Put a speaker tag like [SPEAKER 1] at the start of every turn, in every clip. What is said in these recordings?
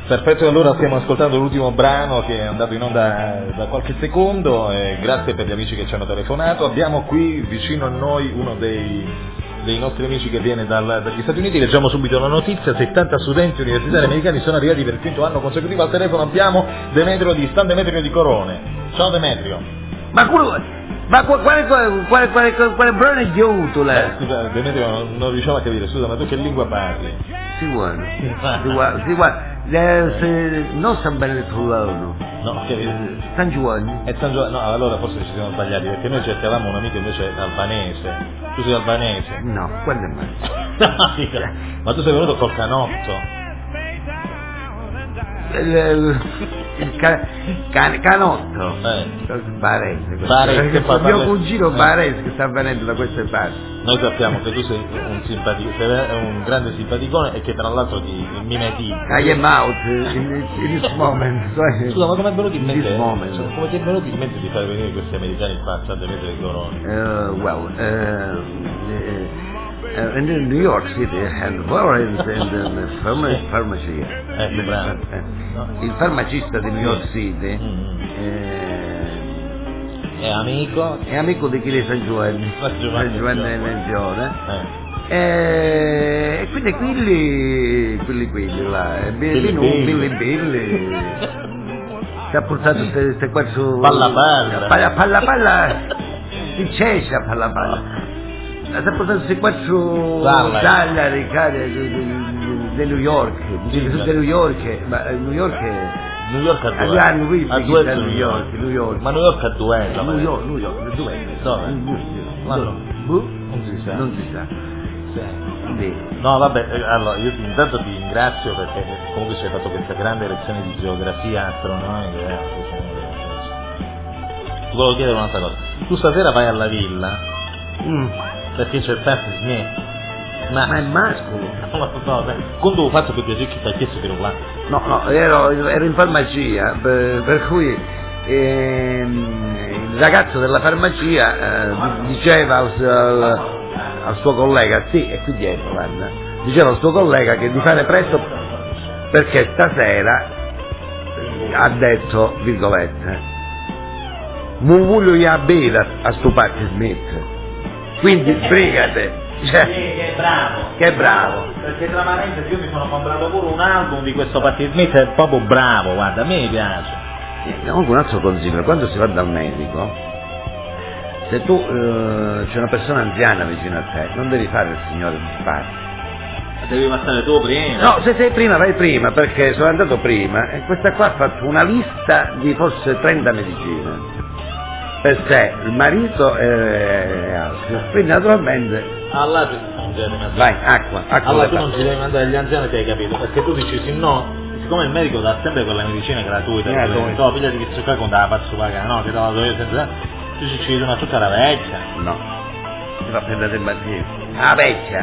[SPEAKER 1] Perfetto, allora stiamo ascoltando l'ultimo brano che è andato in onda da qualche secondo, grazie per gli amici che ci hanno telefonato. Abbiamo qui vicino a noi uno dei nostri amici che viene dagli Stati Uniti. Leggiamo subito la notizia: 70 studenti universitari americani sono arrivati per il quinto anno consecutivo. Al telefono abbiamo Demetrio di San Demetrio di Corone. Ciao Demetrio.
[SPEAKER 2] Ma quale brano è giunto là?
[SPEAKER 1] Scusa Demetrio, non riusciamo a capire, scusa, ma tu che lingua parli?
[SPEAKER 2] Si guarda. Non San Benedetto Lano.
[SPEAKER 1] No, che
[SPEAKER 2] San Giovanni.
[SPEAKER 1] È San Giovanni, no, allora forse ci siamo sbagliati, perché noi cercavamo un amico invece albanese. Tu sei albanese?
[SPEAKER 2] No, quello è me.
[SPEAKER 1] Ma tu sei venuto col canotto.
[SPEAKER 2] Canotto. Barese. Mio cugino Barese che sta venendo da queste parti.
[SPEAKER 1] Noi sappiamo che tu sei un grande simpaticone e che tra l'altro ti mimetizzi.
[SPEAKER 2] I am out in this moment.
[SPEAKER 1] Scusa, ma come è venuto in mente?
[SPEAKER 2] Come
[SPEAKER 1] ti è venuto in mente di far venire questi americani in faccia a Demetrio di Corone?
[SPEAKER 2] In New York City and Florence and pharmacy. Il farmacista di New York City
[SPEAKER 1] è amico
[SPEAKER 2] di chi è San Giovanni. San Giovanni è menzione. E quindi quelli là, Billy ci ha portato queste quattro palla il Cesare palla si è portato questi quattro dollari di New York, di New York, ma New York è
[SPEAKER 1] New York a due,
[SPEAKER 2] New York.
[SPEAKER 1] Ma New York a due,
[SPEAKER 2] New York, dove?
[SPEAKER 1] Dove?
[SPEAKER 2] Non si sa.
[SPEAKER 1] Sì. No, vabbè, allora io intanto ti ringrazio perché comunque ci hai fatto questa grande lezione di geografia astronomica. Ti volevo chiedere un'altra cosa. Tu stasera vai alla villa? Perché c'è il Patti Smith.
[SPEAKER 2] Ma è mascolo.
[SPEAKER 1] Quando ho fatto per piacere che ti ha chiesto che ero là?
[SPEAKER 2] No, ero in farmacia, per cui il ragazzo della farmacia diceva al suo collega, sì, è qui dietro, guarda, diceva al suo collega che di fare presto perché stasera ha detto, virgolette, non voglio io a bere a sto Patti Smith. Quindi sbrigate. Che bravo.
[SPEAKER 1] Perché tra parentesi io mi sono comprato pure un album di questo Patti Smith, è proprio bravo, guarda, a me piace.
[SPEAKER 2] Comunque un altro consiglio, quando si va dal medico, se tu c'è una persona anziana vicino a te, non devi fare il signore di spazio.
[SPEAKER 1] Devi passare tu prima.
[SPEAKER 2] No, se sei prima vai prima, perché sono andato prima e questa qua ha fatto una lista di forse 30 medicine. Per sé, il marito è altro, quindi naturalmente
[SPEAKER 1] allora non ci devi mandare.
[SPEAKER 2] Vai, acqua
[SPEAKER 1] allora tu non ci devi mandare gli anziani, ti hai capito, perché tu dici sì no, siccome il medico dà sempre quella medicina gratuita, no, pigliati questo qua con la faccio pagare, no, che te la do io senza, tu ci dicono tutta la vecchia.
[SPEAKER 2] No, ti fa prendere il mattino la vecchia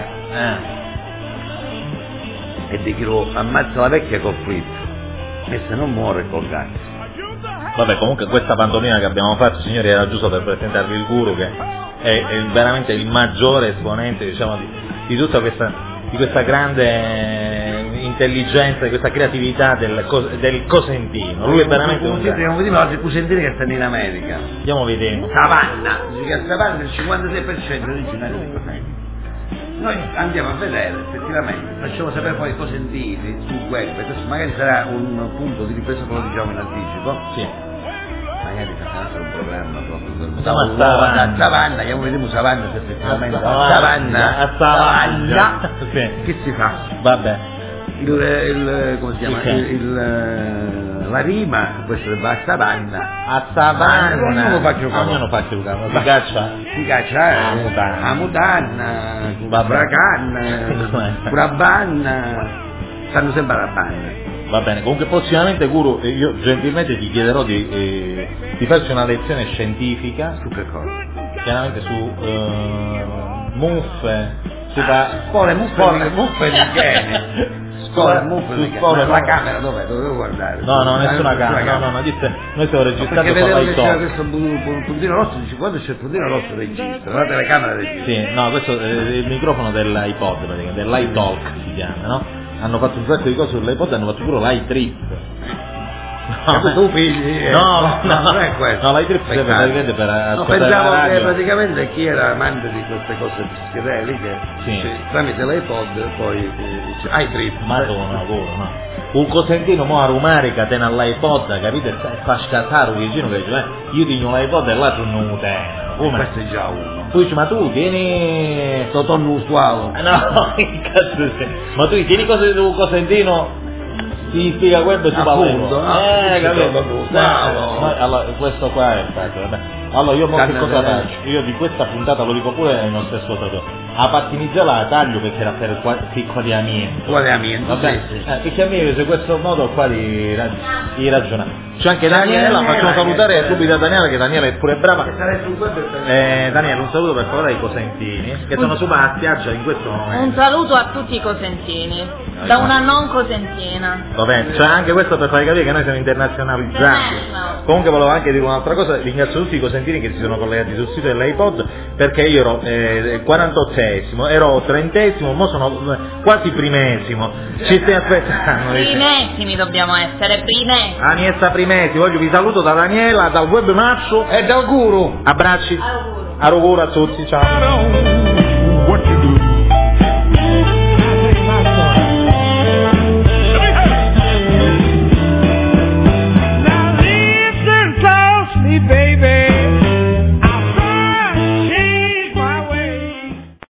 [SPEAKER 2] e di chi lo ammazza la vecchia col fritto e se non muore col cazzo.
[SPEAKER 1] Vabbè, comunque questa pantomima che abbiamo fatto, signori, era giusto per presentarvi il guru, che è veramente il maggiore esponente, diciamo, di tutta questa grande intelligenza, di questa creatività del cosentino. Lui è veramente un grande.
[SPEAKER 2] Stiamo vedendo altri cosentini che stanno in America.
[SPEAKER 1] Stiamo vedendo.
[SPEAKER 2] Savanna, dice che a Savanna il 56% originale di cosentini. Noi andiamo a vedere effettivamente, facciamo sapere poi i cosentini sul web, questo magari sarà un punto di ripresa, come lo diciamo in anticipo.
[SPEAKER 1] Sì.
[SPEAKER 2] Magari facciamo un programma proprio
[SPEAKER 1] a
[SPEAKER 2] Savanna, andiamo a vedere Savanna se effettivamente
[SPEAKER 1] a Savanna.
[SPEAKER 2] Sì. Che si fa?
[SPEAKER 1] Vabbè.
[SPEAKER 2] Come si chiama? La rima, questo va a Savanna.
[SPEAKER 1] A Savanna.
[SPEAKER 2] Ognuno fa
[SPEAKER 1] il capo. Si caccia
[SPEAKER 2] a Mutanna, Bracanna, Brabanna, stanno sempre alla banna.
[SPEAKER 1] Va bene, comunque prossimamente Guru, io gentilmente ti chiederò di farci una lezione scientifica.
[SPEAKER 2] Su che cosa?
[SPEAKER 1] Chiaramente su muffe,
[SPEAKER 2] muffe di igiene. La camera dove dovevo guardare?
[SPEAKER 1] No, nessuna camera, no, noi stiamo registrando con l'iPhone.
[SPEAKER 2] Perché vedevo questo puntino rosso, dici quando c'è il puntino rosso registra, la telecamera registra.
[SPEAKER 1] Sì, no, questo è il microfono dell'iPod praticamente, dell'iTalk si chiama, no? hanno fatto un sacco di cose sull'iPod, hanno fatto pure l'iTrip.
[SPEAKER 2] No, tu figli?
[SPEAKER 1] No,
[SPEAKER 2] non è questo.
[SPEAKER 1] No, l'iTrip serve praticamente per ascoltare
[SPEAKER 2] pensavo
[SPEAKER 1] la radio.
[SPEAKER 2] che praticamente chi era amante di queste cose psichedeliche,
[SPEAKER 1] Sì.
[SPEAKER 2] tramite l'iPod poi dice iTrip.
[SPEAKER 1] Madonna, no. Un cosentino mo a rumare catena all'iPod, capite? E fa scattare un vicino che dice, io ti l'iPod e l'altro non lo tengo. Come?
[SPEAKER 2] Questo è già uno.
[SPEAKER 1] Poi dice, ma tu tieni...
[SPEAKER 2] Totonno usuale.
[SPEAKER 1] No, che cazzo sei? Ma tu tieni cose di un cosentino... Si spiega quello e si
[SPEAKER 2] Appunto,
[SPEAKER 1] capito?
[SPEAKER 2] Bravo.
[SPEAKER 1] Allora, questo qua è il fatto, vabbè. Allora io mo che cosa
[SPEAKER 2] Cannella.
[SPEAKER 1] faccio? Io di questa puntata lo dico pure nello stesso autore. A parte iniziale la taglio perché era per piccoli amici.
[SPEAKER 2] Quale amico?
[SPEAKER 1] Vabbè,
[SPEAKER 2] Sì.
[SPEAKER 1] perché a me se questo modo qua di ragionare. C'è anche Daniela, facciamo salutare subito a Daniela, che Daniela è pure brava. Daniela, un saluto per favore ai cosentini, che sono su a spiaggia in questo momento.
[SPEAKER 3] Un saluto a tutti i cosentini, da una non cosentina.
[SPEAKER 1] Vabbè, cioè anche questo per farvi capire che noi siamo internazionalizzati. Comunque volevo anche dire un'altra cosa, ringrazio tutti i cosentini che si sono collegati sul sito dell'iPod, perché io ero 48esimo, ero 30esimo, mo sono quasi primesimo. Ci stai aspettando?
[SPEAKER 3] Primesimi dobbiamo essere, primesimi.
[SPEAKER 1] Aniesta primesimo, voglio vi saluto da Daniela, dal web Maccio
[SPEAKER 2] E dal guru.
[SPEAKER 1] abbracci, auguro a tutti, ciao.